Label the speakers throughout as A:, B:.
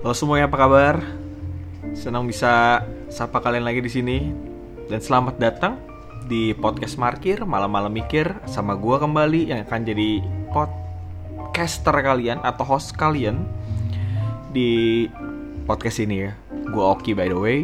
A: Halo semuanya, apa kabar? Senang bisa sapa kalian lagi di sini. Dan selamat datang di podcast Markir Malam-malam Mikir sama gua kembali yang akan jadi podcaster kalian atau host kalian di podcast ini ya. Gua Oki by the way.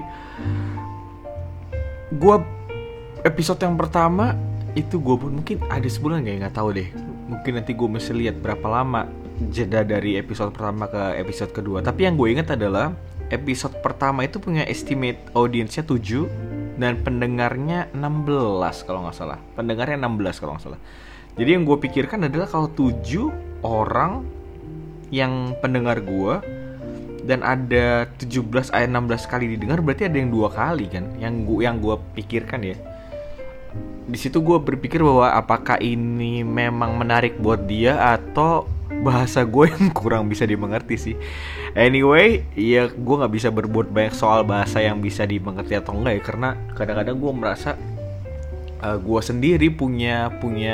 A: Gua episode yang pertama itu gue pun mungkin ada sebulan nggak tahu deh. Mungkin nanti gue mesti lihat berapa lama jeda dari episode pertama ke episode kedua. Tapi yang gue ingat adalah episode pertama itu punya estimate audiensnya 7 dan pendengarnya 16 kalau nggak salah. Pendengarnya 16 kalau nggak salah. Jadi yang gue pikirkan adalah kalau 7 orang yang pendengar gue dan ada 17 16 kali didengar, berarti ada yang 2 kali kan. Yang gue pikirkan ya. Di situ gue berpikir bahwa apakah ini memang menarik buat dia atau bahasa gue yang kurang bisa dimengerti sih. Anyway, ya gue nggak bisa berbuat banyak soal bahasa yang bisa dimengerti atau enggak ya, karena kadang-kadang gue merasa gue sendiri punya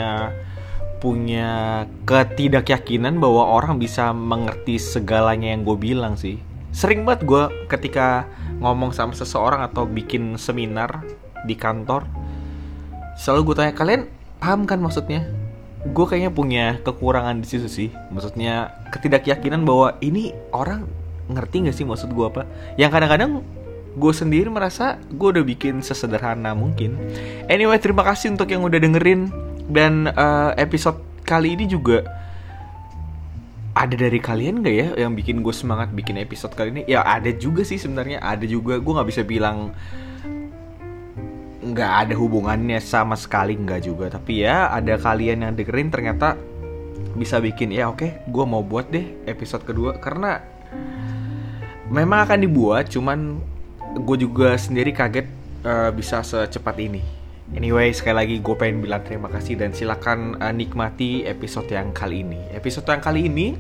A: ketidakyakinan bahwa orang bisa mengerti segalanya yang gue bilang sih. Sering banget gue ketika ngomong sama seseorang atau bikin seminar di kantor, selalu gue tanya, kalian paham kan maksudnya? Gue kayaknya punya kekurangan di situ sih. Maksudnya ketidakyakinan bahwa ini orang ngerti gak sih maksud gue apa. Yang kadang-kadang gue sendiri merasa gue udah bikin sesederhana mungkin. Anyway, terima kasih untuk yang udah dengerin. Dan episode kali ini juga ada dari kalian gak ya yang bikin gue semangat bikin episode kali ini? Ya ada juga sih sebenarnya. Ada juga, gue gak bisa bilang nggak ada hubungannya sama sekali, nggak juga. Tapi ya ada kalian yang dengerin ternyata bisa bikin ya oke, gue mau buat deh episode kedua. Karena memang akan dibuat, cuman gue juga sendiri kaget bisa secepat ini. Anyway, sekali lagi gue pengen bilang terima kasih dan silakan nikmati episode yang kali ini. Episode yang kali ini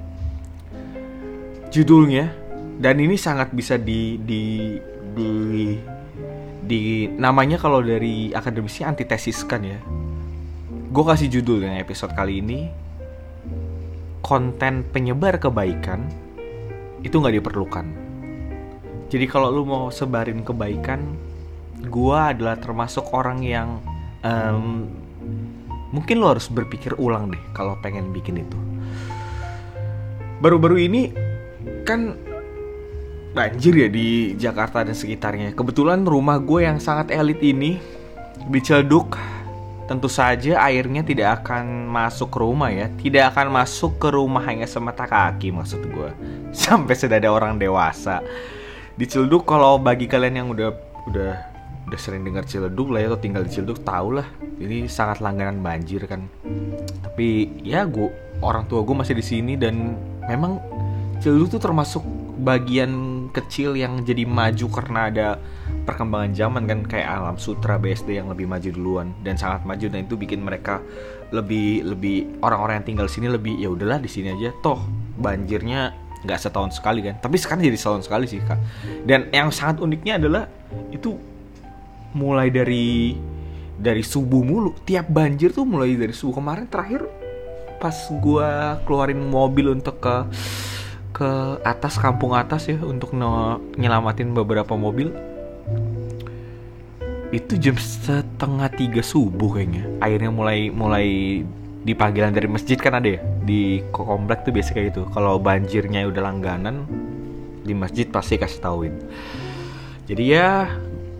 A: judulnya, dan ini sangat bisa di namanya kalau dari akademisnya antitesiskan ya. Gue kasih judul yang episode kali ini, konten penyebar kebaikan itu gak diperlukan. Jadi kalau lu mau sebarin kebaikan, gue adalah termasuk orang yang mungkin lu harus berpikir ulang deh kalau pengen bikin itu. Baru-baru ini kan banjir ya di Jakarta dan sekitarnya. Kebetulan rumah gue yang sangat elit ini di Ciledug, tentu saja airnya tidak akan masuk ke rumah ya. Tidak akan masuk ke rumah hanya semata kaki maksud gue. Sampai sedada orang dewasa. Di Ciledug, kalau bagi kalian yang udah sering dengar Ciledug lah ya, atau tinggal di Ciledug, tau lah ini sangat langganan banjir kan. Tapi ya orang tua gue masih di sini dan memang Ciledug tuh termasuk bagian kecil yang jadi maju karena ada perkembangan zaman kan, kayak Alam Sutra BSD yang lebih maju duluan dan sangat maju, dan itu bikin mereka lebih orang-orang yang tinggal di sini lebih ya udahlah di sini aja, toh banjirnya nggak setahun sekali kan, tapi sekarang jadi setahun sekali sih kak. Dan yang sangat uniknya adalah itu mulai dari subuh mulu, tiap banjir tuh mulai dari subuh. Kemarin terakhir pas gue keluarin mobil untuk ke atas, kampung atas ya, untuk nyelamatin beberapa mobil, itu jam 2:30 subuh kayaknya airnya mulai di panggilan dari masjid kan, ada ya di komplek tuh biasa kayak gitu. Kalau banjirnya udah langganan di masjid pasti kasih tauin. Jadi ya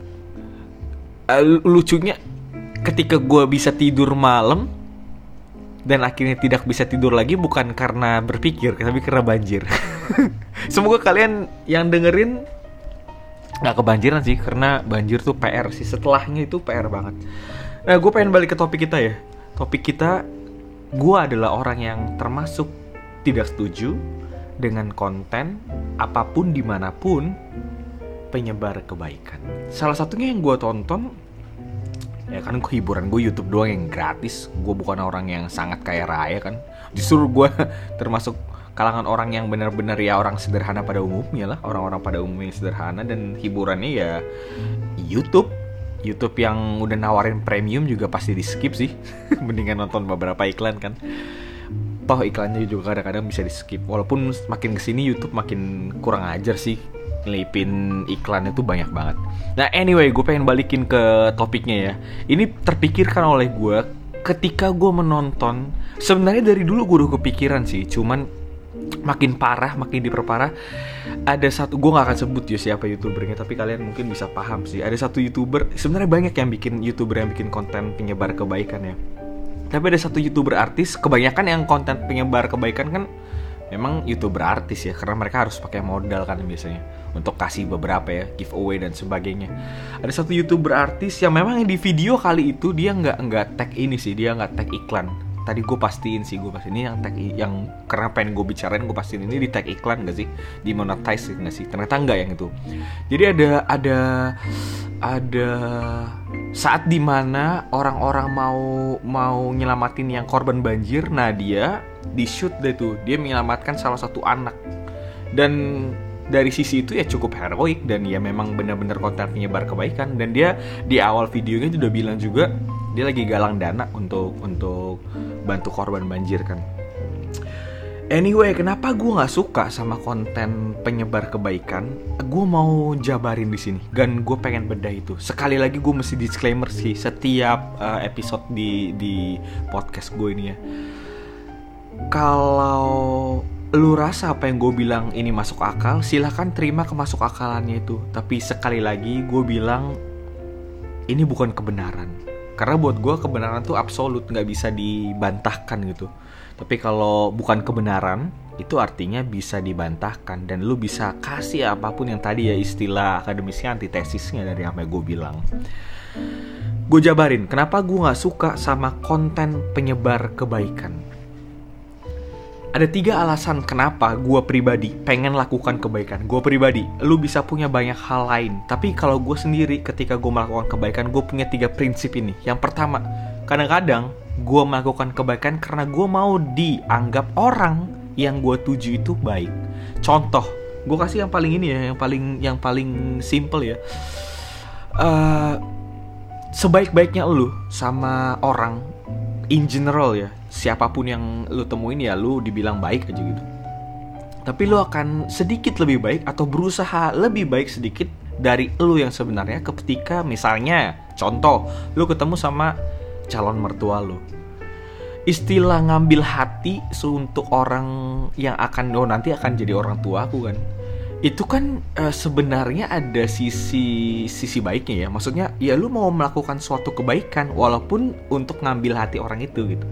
A: lucunya ketika gue bisa tidur malam dan akhirnya tidak bisa tidur lagi, bukan karena berpikir tapi karena banjir. Semoga kalian yang dengerin gak kebanjiran sih, karena banjir tuh PR sih. Setelahnya itu PR banget. Nah, gue pengen balik ke topik kita ya. Topik kita, gue adalah orang yang termasuk tidak setuju dengan konten apapun dimanapun penyebar kebaikan. Salah satunya yang gue tonton, ya kan hiburan gue YouTube doang yang gratis. Gue bukan orang yang sangat kaya raya kan. Justru gue termasuk kalangan orang yang benar-benar ya orang sederhana pada umumnya lah. Orang-orang pada umumnya sederhana, dan hiburannya ya YouTube yang udah nawarin premium juga pasti di skip sih. Mendingan nonton beberapa iklan kan. toh iklannya juga kadang-kadang bisa di skip. Walaupun makin kesini YouTube makin kurang ajar sih, ngelipin iklan itu banyak banget. Nah anyway, gue pengen balikin ke topiknya ya. Ini terpikirkan oleh gue ketika gue menonton. Sebenarnya dari dulu gue udah kepikiran sih, cuman makin parah, makin diperparah. Ada satu, gue gak akan sebut ya siapa youtubernya, tapi kalian mungkin bisa paham sih. Ada satu youtuber, sebenarnya banyak yang bikin youtuber yang bikin konten penyebar kebaikan ya. Tapi ada satu youtuber artis, kebanyakan yang konten penyebar kebaikan kan memang youtuber artis ya, karena mereka harus pakai modal kan biasanya untuk kasih beberapa ya giveaway dan sebagainya. Ada satu youtuber artis yang memang di video kali itu dia nggak tag ini sih, dia nggak tag iklan. Tadi gue pastiin ini yang tag, yang karena pengen gue bicarain, gue pastiin ini di tag iklan gak sih, di monetize gak sih. Ternyata enggak yang itu. Jadi ada saat dimana orang-orang mau nyelamatin yang korban banjir. Nah dia di shoot deh tuh, dia menyelamatkan salah satu anak. Dan dari sisi itu ya cukup heroik, dan ya memang benar-benar konten penyebar kebaikan. Dan dia di awal videonya udah bilang juga dia lagi galang dana untuk bantu korban banjir kan. Anyway, kenapa gue nggak suka sama konten penyebar kebaikan? Gue mau jabarin di sini, dan gue pengen bedah itu. Sekali lagi gue mesti disclaimer sih setiap episode di podcast gue ini ya. Kalau lu rasa apa yang gue bilang ini masuk akal, silahkan terima kemasuk akalannya itu. Tapi sekali lagi gue bilang ini bukan kebenaran. Karena buat gue kebenaran tuh absolut, gak bisa dibantahkan gitu. Tapi kalau bukan kebenaran, itu artinya bisa dibantahkan. Dan lu bisa kasih apapun yang tadi ya istilah akademisnya antitesisnya dari apa yang gue bilang. Gue jabarin kenapa gue gak suka sama konten penyebar kebaikan. Ada 3 alasan kenapa gue pribadi pengen lakukan kebaikan. Gue pribadi, lu bisa punya banyak hal lain, tapi kalau gue sendiri ketika gue melakukan kebaikan, gue punya 3 prinsip ini. Yang pertama, kadang-kadang gue melakukan kebaikan karena gue mau dianggap orang yang gue tuju itu baik. Contoh, gue kasih yang paling ini ya, yang paling simple ya. Sebaik-baiknya lu sama orang in general ya, siapapun yang lu temuin ya lu dibilang baik aja gitu. Tapi lu akan sedikit lebih baik atau berusaha lebih baik sedikit dari lu yang sebenarnya ketika misalnya contoh lu ketemu sama calon mertua lu. Istilah ngambil hati untuk orang yang nanti akan jadi orang tua aku kan. Itu kan sebenarnya ada sisi baiknya ya. Maksudnya ya lu mau melakukan suatu kebaikan walaupun untuk ngambil hati orang itu gitu.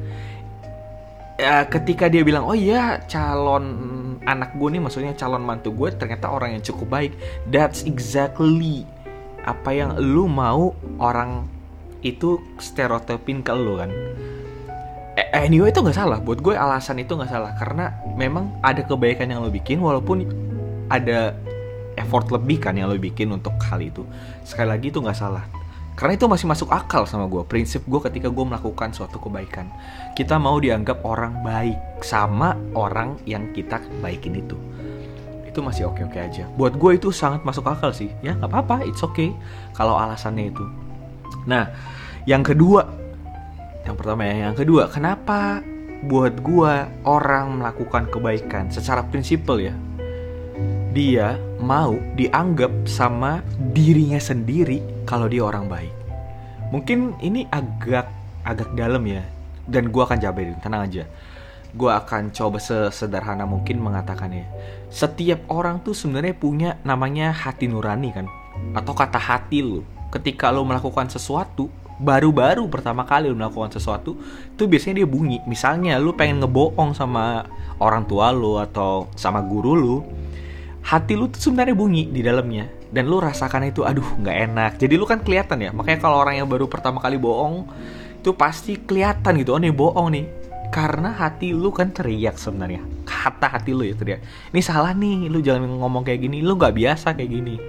A: Ketika dia bilang, oh iya calon anak gue nih, maksudnya calon mantu gue ternyata orang yang cukup baik. That's exactly apa yang lu mau orang itu stereotipin ke lu kan. Anyway itu gak salah. Buat gue alasan itu gak salah. Karena memang ada kebaikan yang lu bikin walaupun ada effort lebih kan yang lo bikin untuk hal itu. Sekali lagi itu gak salah, karena itu masih masuk akal sama gue. Prinsip gue ketika gue melakukan suatu kebaikan, kita mau dianggap orang baik sama orang yang kita baikin itu masih oke-oke aja. Buat gue itu sangat masuk akal sih. Ya gak apa-apa, it's okay kalau alasannya itu. Nah yang kedua, yang pertama ya, yang kedua, kenapa buat gue orang melakukan kebaikan secara prinsipal ya, dia mau dianggap sama dirinya sendiri kalau dia orang baik. Mungkin ini agak dalam ya, dan gue akan jabarin, tenang aja. Gue akan coba sesederhana mungkin mengatakannya. Setiap orang tuh sebenarnya punya namanya hati nurani kan, atau kata hati lu. Ketika lu melakukan sesuatu, baru pertama kali lu melakukan sesuatu, tuh biasanya dia bunyi. Misalnya lu pengen ngebohong sama orang tua lu atau sama guru lu, hati lu tuh sebenarnya bunyi di dalamnya, dan lu rasakan itu, aduh nggak enak. Jadi lu kan kelihatan ya, makanya kalau orang yang baru pertama kali bohong itu pasti kelihatan gitu, oh nih bohong nih, karena hati lu kan teriak sebenarnya. Kata hati lu ya teriak, ini salah nih, lu jangan ngomong kayak gini, lu nggak biasa kayak gini.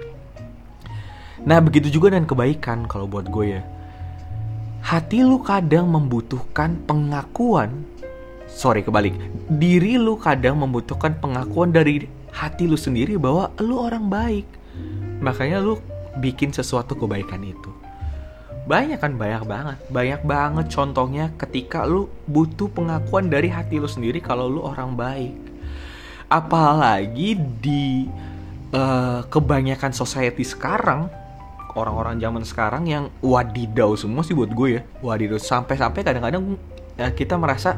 A: Nah begitu juga dengan kebaikan kalau buat gue ya. Hati lu kadang membutuhkan pengakuan, kebalik, diri lu kadang membutuhkan pengakuan dari hati lu sendiri bahwa lu orang baik. Makanya lu bikin sesuatu kebaikan itu. Banyak kan, banyak banget contohnya ketika lu butuh pengakuan dari hati lu sendiri kalau lu orang baik. Apalagi di kebanyakan society sekarang, orang-orang zaman sekarang yang wadidau semua sih buat gue ya, wadidau sampai kadang-kadang kita merasa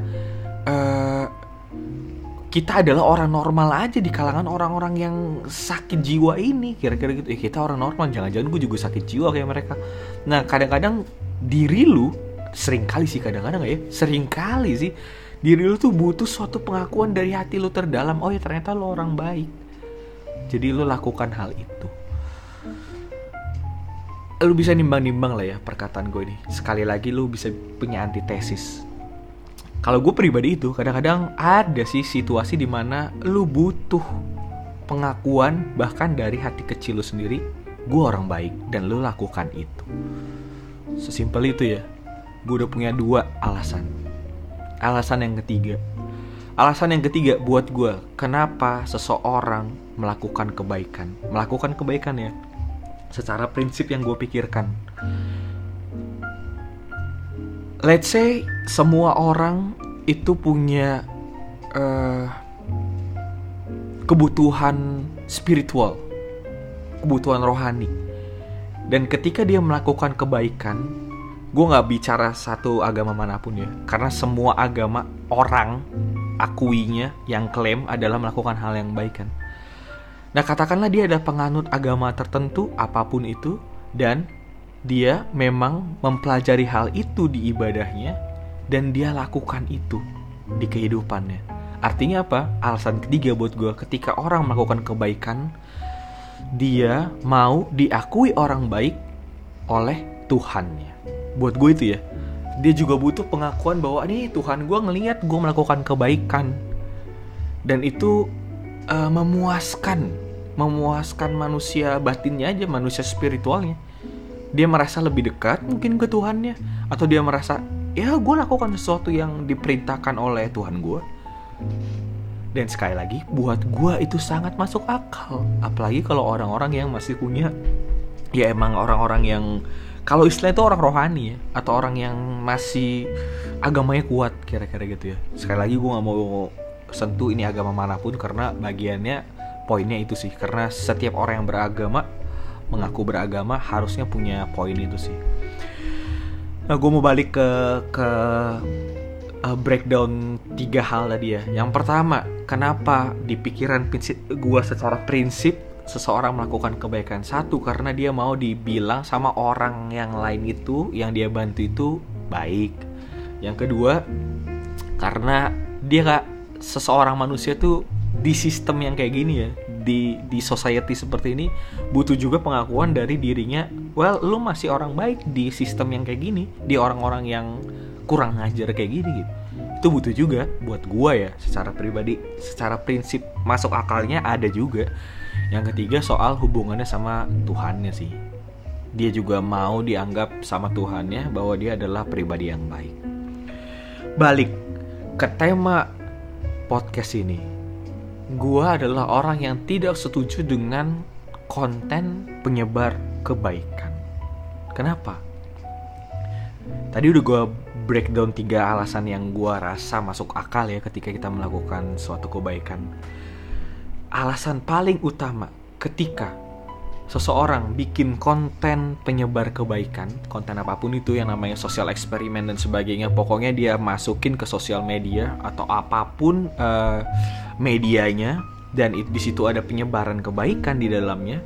A: kita adalah orang normal aja di kalangan orang-orang yang sakit jiwa ini, kira-kira gitu. Kita orang normal, jangan-jangan gue juga sakit jiwa kayak mereka. Nah, kadang-kadang diri lu, sering kali sih diri lu tuh butuh suatu pengakuan dari hati lu terdalam. Oh ya, ternyata lu orang baik. Jadi lu lakukan hal itu. Lu bisa nimbang-nimbang lah ya perkataan gue ini. Sekali lagi lu bisa punya antitesis. Kalau gue pribadi itu kadang-kadang ada sih situasi dimana lu butuh pengakuan bahkan dari hati kecil lu sendiri, gue orang baik, dan lu lakukan itu. Sesimpel itu ya. Gue udah punya 2 alasan. Alasan yang ketiga buat gue, kenapa seseorang melakukan kebaikan ya, secara prinsip yang gue pikirkan. Let's say semua orang itu punya kebutuhan spiritual, kebutuhan rohani. Dan ketika dia melakukan kebaikan, gue gak bicara satu agama manapun ya, karena semua agama orang akuinya yang klaim adalah melakukan hal yang baik kan. Nah, katakanlah dia ada penganut agama tertentu apapun itu, dan dia memang mempelajari hal itu di ibadahnya dan dia lakukan itu di kehidupannya. Artinya apa? Alasan ketiga buat gue, ketika orang melakukan kebaikan, dia mau diakui orang baik oleh Tuhannya. Buat gue itu ya, dia juga butuh pengakuan bahwa nih Tuhan gue ngelihat gue melakukan kebaikan. Dan itu memuaskan manusia batinnya aja, manusia spiritualnya. Dia merasa lebih dekat mungkin ke Tuhannya, atau dia merasa ya gue lakukan sesuatu yang diperintahkan oleh Tuhan gue. Dan sekali lagi, buat gue itu sangat masuk akal. Apalagi kalau orang-orang yang masih punya, ya emang orang-orang yang, kalau istilah itu orang rohani ya, atau orang yang masih agamanya kuat, kira-kira gitu ya. Sekali lagi gue gak mau sentuh ini agama manapun, karena bagiannya poinnya itu sih. Karena setiap orang yang mengaku beragama harusnya punya poin itu sih. Nah, gue mau balik ke breakdown 3 hal tadi ya. Yang pertama, kenapa di pikiran gue secara prinsip seseorang melakukan kebaikan? 1, karena dia mau dibilang sama orang yang lain itu, yang dia bantu itu baik. Yang kedua, karena dia seseorang manusia tuh di sistem yang kayak gini ya, di society seperti ini, butuh juga pengakuan dari dirinya. Well, lu masih orang baik di sistem yang kayak gini, di orang-orang yang kurang ngajar kayak gini gitu. Itu butuh juga buat gua ya, secara pribadi, secara prinsip masuk akalnya ada juga. Yang ketiga, soal hubungannya sama Tuhannya sih. Dia juga mau dianggap sama Tuhannya bahwa dia adalah pribadi yang baik. Balik ke tema podcast ini, gua adalah orang yang tidak setuju dengan konten penyebar kebaikan. Kenapa? Tadi udah gua breakdown 3 alasan yang gua rasa masuk akal ya ketika kita melakukan suatu kebaikan. Alasan paling utama ketika seseorang bikin konten penyebar kebaikan, konten apapun itu yang namanya sosial eksperimen dan sebagainya, pokoknya dia masukin ke sosial media atau apapun medianya, dan di situ ada penyebaran kebaikan di dalamnya.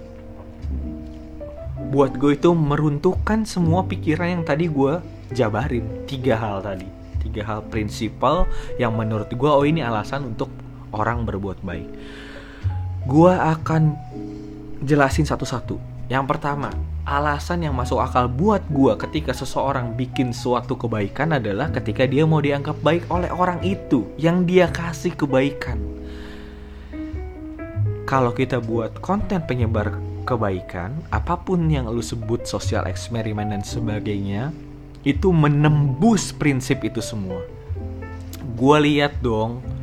A: Buat gue itu meruntuhkan semua pikiran yang tadi gue jabarin. 3 hal tadi, 3 hal prinsipal yang menurut gue, oh ini alasan untuk orang berbuat baik. Gue akan jelasin satu-satu. Yang pertama, alasan yang masuk akal buat gue ketika seseorang bikin suatu kebaikan adalah ketika dia mau dianggap baik oleh orang itu yang dia kasih kebaikan. Kalau kita buat konten penyebar kebaikan, apapun yang lu sebut sosial eksperimen dan sebagainya, itu menembus prinsip itu semua. Gue lihat dong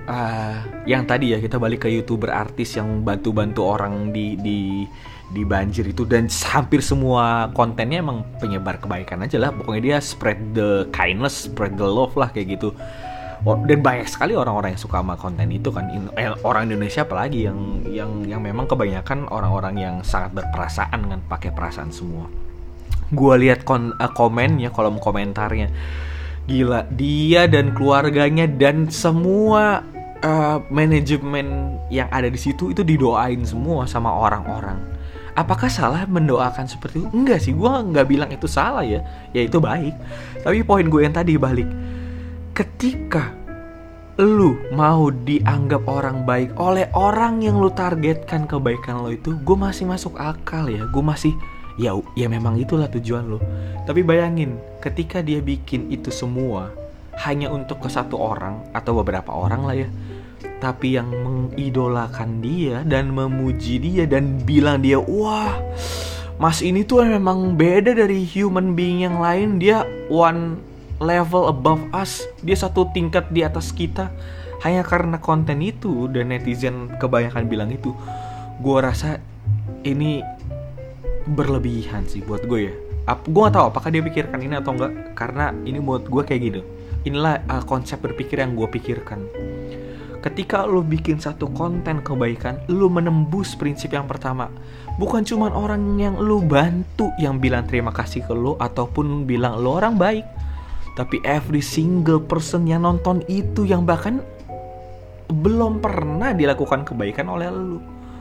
A: yang tadi ya, kita balik ke YouTuber artis yang bantu-bantu orang di banjir itu, dan hampir semua kontennya emang penyebar kebaikan aja lah. Pokoknya dia spread the kindness, spread the love lah kayak gitu. Dan banyak sekali orang-orang yang suka sama konten itu kan. Orang Indonesia apalagi yang memang kebanyakan orang-orang yang sangat berperasaan dengan pakai perasaan semua. Gua lihat komennya, kolom komentarnya, gila, dia dan keluarganya dan semua manajemen yang ada di situ itu didoain semua sama orang-orang. Apakah salah mendoakan seperti itu? Enggak sih, gue nggak bilang itu salah ya itu baik. Tapi poin gue yang tadi balik, ketika lu mau dianggap orang baik oleh orang yang lu targetkan kebaikan lo itu, gue masih masuk akal ya. Gue masih ya memang itulah tujuan lo. Tapi bayangin, ketika dia bikin itu semua hanya untuk ke satu orang atau beberapa orang lah ya, tapi yang mengidolakan dia dan memuji dia dan bilang dia, wah, mas ini tuh memang beda dari human being yang lain, dia one level above us, dia satu tingkat di atas kita, hanya karena konten itu. Dan netizen kebanyakan bilang itu. Gue rasa ini berlebihan sih buat gue ya. Gue gak tahu apakah dia pikirkan ini atau enggak, karena ini buat gue kayak gitu. Inilah konsep berpikir yang gue pikirkan. Ketika lu bikin satu konten kebaikan, lu menembus prinsip yang pertama. Bukan cuma orang yang lu bantu yang bilang terima kasih ke lu ataupun bilang lu orang baik, tapi every single person yang nonton itu, yang bahkan belum pernah dilakukan kebaikan oleh lu.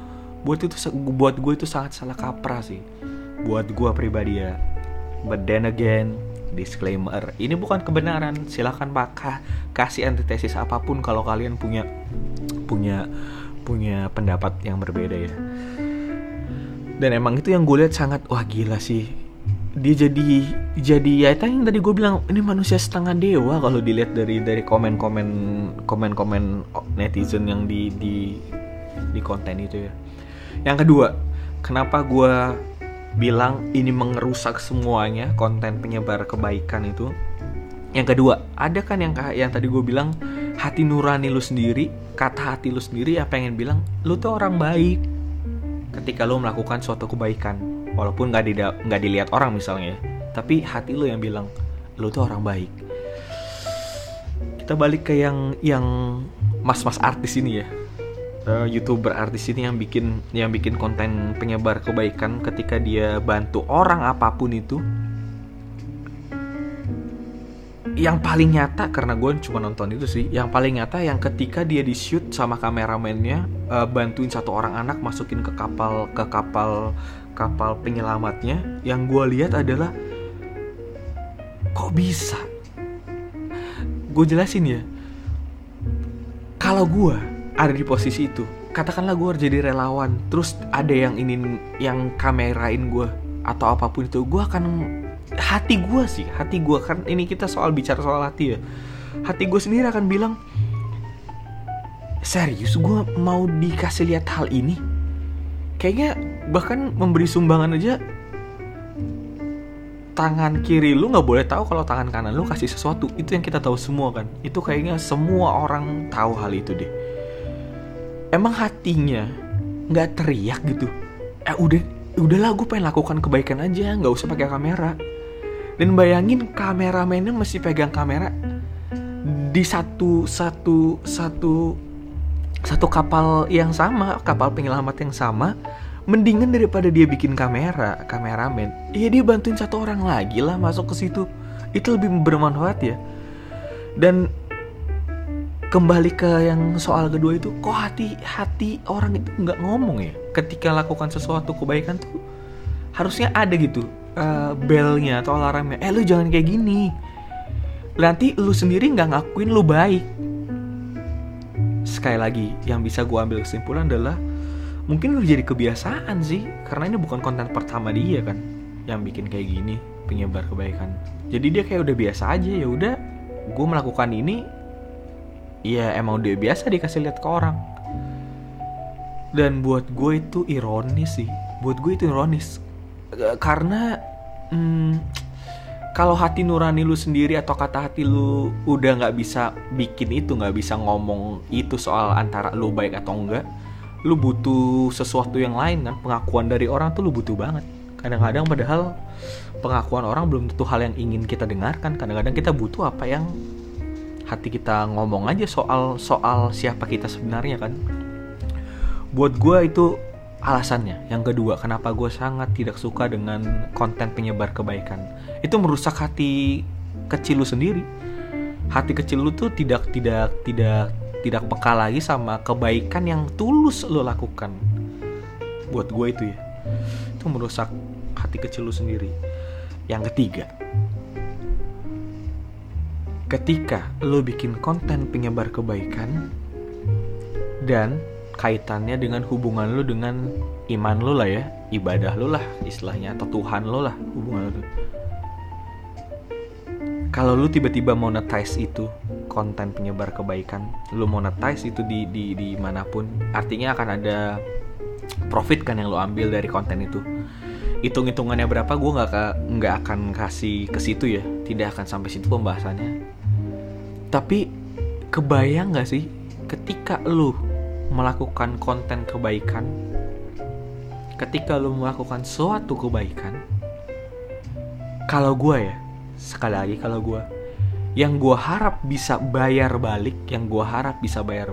A: Buat gue itu sangat salah kaprah sih. Buat gue pribadi ya. But then again, disclaimer, ini bukan kebenaran. Silakan kasih antitesis apapun kalau kalian punya pendapat yang berbeda ya. Dan emang itu yang gue lihat sangat, wah gila sih. Dia jadi ya itu yang tadi gue bilang, ini manusia setengah dewa kalau dilihat dari komen-komen netizen yang di konten itu ya. Yang kedua, kenapa gue bilang ini mengerusak semuanya konten penyebar kebaikan itu? Yang kedua, ada kan yang tadi gue bilang, hati nurani lu sendiri, kata hati lu sendiri yang pengen bilang lu tuh orang baik ketika lu melakukan suatu kebaikan, walaupun nggak dilihat orang misalnya, tapi hati lu yang bilang lu tuh orang baik. Kita balik ke yang mas-mas artis ini ya, YouTuber artis ini yang bikin konten penyebar kebaikan. Ketika dia bantu orang apapun itu, yang paling nyata, karena gue cuma nonton itu sih, yang paling nyata yang ketika dia di shoot sama kameramennya, bantuin satu orang anak masukin ke kapal penyelamatnya. Yang gue lihat adalah, kok bisa? Gue jelasin ya, kalau gue ada di posisi itu, katakanlah gue harus jadi relawan, terus ada yang kamerain gue atau apapun itu, gue akan, hati gue kan, ini kita bicara soal hati ya, hati gue sendiri akan bilang, serius gue mau dikasih lihat hal ini? Kayaknya bahkan memberi sumbangan aja, tangan kiri lu nggak boleh tahu kalau tangan kanan lu kasih sesuatu. Itu yang kita tahu semua kan, itu kayaknya semua orang tahu hal itu deh. Emang hatinya nggak teriak gitu, udahlah gue pengen lakukan kebaikan aja, nggak usah pakai kamera. Dan bayangin kameramennya mesti pegang kamera di satu kapal yang sama, kapal penyelamat yang sama. Mendingan daripada dia bikin kameramen, ya dia bantuin satu orang lagi lah masuk ke situ. Itu lebih bermanfaat ya. Dan kembali ke yang soal kedua itu, kok hati orang itu nggak ngomong ya? Ketika lakukan sesuatu kebaikan tuh harusnya ada gitu, belnya atau alarmnya. Lu jangan kayak gini. Nanti lu sendiri nggak ngakuin lu baik. Sekali lagi, yang bisa gue ambil kesimpulan adalah, mungkin udah jadi kebiasaan sih, karena ini bukan konten pertama dia kan yang bikin kayak gini, penyebar kebaikan. Jadi dia kayak udah biasa aja, ya udah, gue melakukan ini, ya emang udah biasa dikasih lihat ke orang. Dan buat gue itu ironis sih, karena Kalau hati nurani lu sendiri atau kata hati lu udah nggak bisa bikin itu, nggak bisa ngomong itu soal antara lu baik atau enggak, lu butuh sesuatu yang lain kan. Pengakuan dari orang tuh lu butuh banget. Kadang-kadang padahal pengakuan orang belum tentu hal yang ingin kita dengarkan. Kadang-kadang kita butuh apa yang hati kita ngomong aja soal siapa kita sebenarnya kan. Buat gue itu alasannya. Yang kedua, kenapa gue sangat tidak suka dengan konten penyebar kebaikan. Itu merusak hati kecil lu sendiri. Hati kecil lu tuh tidak peka lagi sama kebaikan yang tulus lu lakukan. Buat gue itu ya, itu merusak hati kecil lu sendiri. Yang ketiga, ketika lu bikin konten penyebar kebaikan dan kaitannya dengan hubungan lu dengan iman lu lah ya, ibadah lu lah istilahnya, atau Tuhan lu lah hubungan lu. Kalau lu tiba-tiba monetize itu konten penyebar kebaikan, lu monetize itu di manapun, artinya akan ada profit kan yang lu ambil dari konten itu. Hitung-hitungannya berapa gue nggak akan kasih ke situ ya, tidak akan sampai situ pembahasannya. Tapi kebayang nggak sih ketika lu melakukan konten kebaikan, ketika lu melakukan suatu kebaikan, kalau gue ya, sekali lagi kalau gue, yang gue harap bisa bayar balik, yang gue harap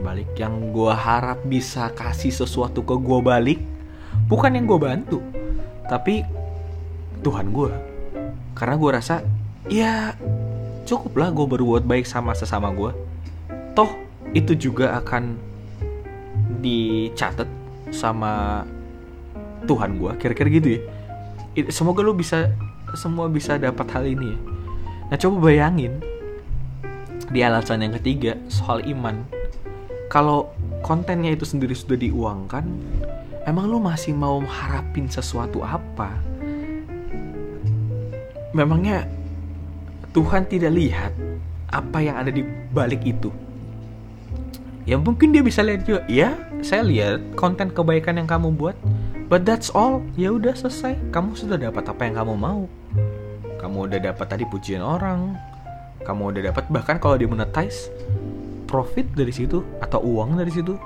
A: bisa kasih sesuatu ke gue balik, bukan yang gue bantu, tapi Tuhan gue. Karena gue rasa ya cukuplah gue berbuat baik sama sesama gue, toh itu juga akan dicatat sama Tuhan gue, kira-kira gitu ya. Semoga lu semua bisa dapat hal ini ya. Nah coba bayangin di alasan yang ketiga soal iman, kalau kontennya itu sendiri sudah diuangkan, emang lu masih mau harapin sesuatu apa? Memangnya Tuhan tidak lihat apa yang ada di balik itu? Ya mungkin dia bisa lihat juga. Ya, saya lihat konten kebaikan yang kamu buat, but that's all. Ya udah selesai. Kamu sudah dapat apa yang kamu mau. Kamu udah dapat tadi pujian orang. Kamu udah dapat, bahkan kalau di monetize, profit dari situ atau uang dari situ.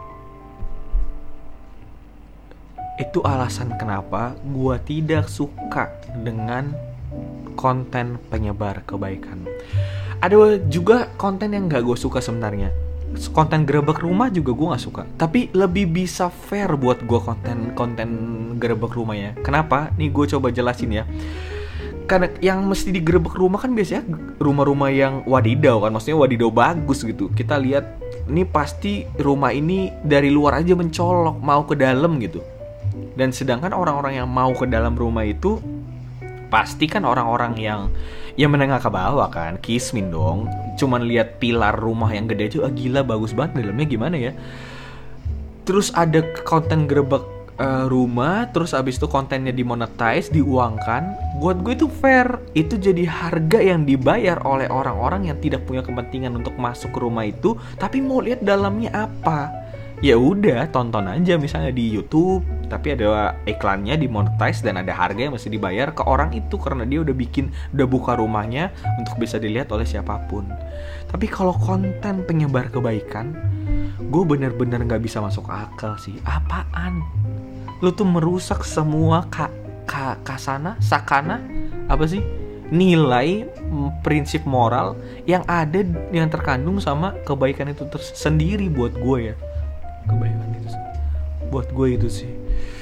A: Itu alasan kenapa gue tidak suka dengan konten penyebar kebaikan. Ada juga konten yang gak gue suka sebenarnya. Konten gerebek rumah juga gue gak suka. Tapi lebih bisa fair buat gue konten gerebek rumahnya. Kenapa? Nih gue coba jelasin ya. Karena yang mesti digerebek rumah kan biasanya rumah-rumah yang wadidau kan. Maksudnya wadidau bagus gitu. Kita lihat, ini pasti rumah ini dari luar aja mencolok, mau ke dalam gitu. Dan sedangkan orang-orang yang mau ke dalam rumah itu pasti kan orang-orang yang menengah ke bawah kan, kismin dong. Cuman lihat pilar rumah yang gede aja, gila bagus banget, dalamnya gimana ya. Terus ada konten gerebek rumah, terus abis itu kontennya dimonetize, diuangkan. Buat gue itu fair, itu jadi harga yang dibayar oleh orang-orang yang tidak punya kepentingan untuk masuk ke rumah itu, tapi mau lihat dalamnya apa. Ya udah tonton aja misalnya di YouTube, tapi ada iklannya dimonetize dan ada harga yang mesti dibayar ke orang itu karena dia udah buka rumahnya untuk bisa dilihat oleh siapapun. Tapi kalau konten penyebar kebaikan, gue bener-bener nggak bisa masuk akal sih. Apaan? Lu tuh merusak semua sakana apa sih? Nilai prinsip moral yang ada, yang terkandung sama kebaikan itu sendiri buat gue ya. Kebaikan itu buat gue itu sih.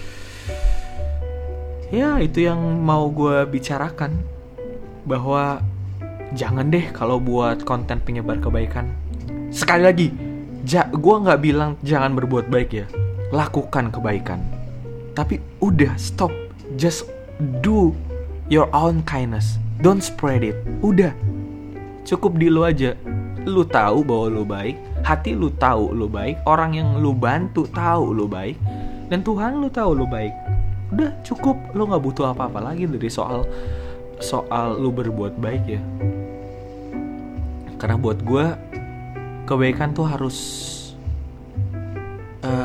A: Ya itu yang mau gue bicarakan, bahwa jangan deh kalau buat konten penyebar kebaikan. Sekali lagi, gue gak bilang jangan berbuat baik ya, lakukan kebaikan, tapi udah stop. Just do your own kindness, don't spread it. Udah cukup di lu aja. Lu tahu bahwa lu baik, hati lu tahu lu baik, orang yang lu bantu tahu lu baik, dan Tuhan lu tahu lu baik. Udah cukup, lu gak butuh apa-apa lagi dari soal lu berbuat baik ya. Karena buat gue kebaikan tuh harus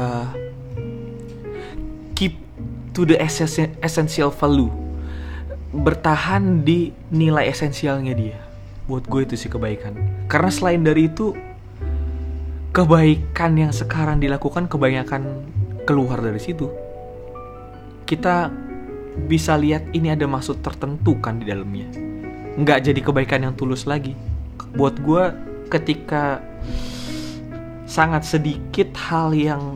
A: keep to the essential value. bertahan di nilai esensialnya dia. Buat gue itu sih kebaikan. Karena selain dari itu, kebaikan yang sekarang dilakukan kebanyakan keluar dari situ. Kita bisa lihat ini ada maksud tertentu kan di dalamnya. Nggak jadi kebaikan yang tulus lagi. Buat gue, ketika sangat sedikit hal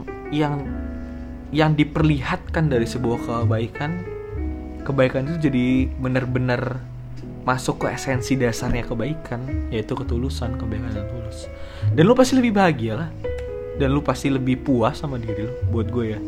A: yang diperlihatkan dari sebuah kebaikan itu jadi benar-benar masuk ke esensi dasarnya kebaikan, yaitu ketulusan, kebaikan yang tulus. Dan lu pasti lebih bahagia lah, dan lu pasti lebih puas sama diri lu. Buat gue ya.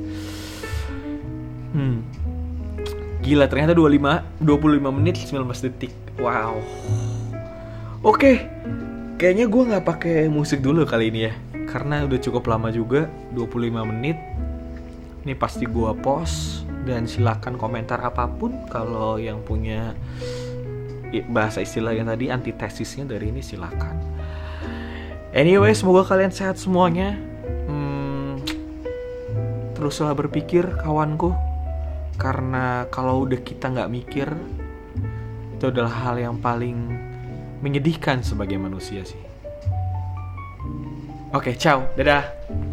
A: Gila, ternyata 25 menit 19 detik. Wow. Oke, kayaknya gue gak pakai musik dulu kali ini ya, karena udah cukup lama juga, 25 menit. Ini pasti gue post. Dan silakan komentar apapun. Kalau yang punya bahasa istilah yang tadi, antitesisnya dari ini, silakan. Anyway, semoga kalian sehat semuanya. Teruslah berpikir, kawanku. Karena kalau udah kita gak mikir, itu adalah hal yang paling menyedihkan sebagai manusia sih. Oke, ciao, dadah.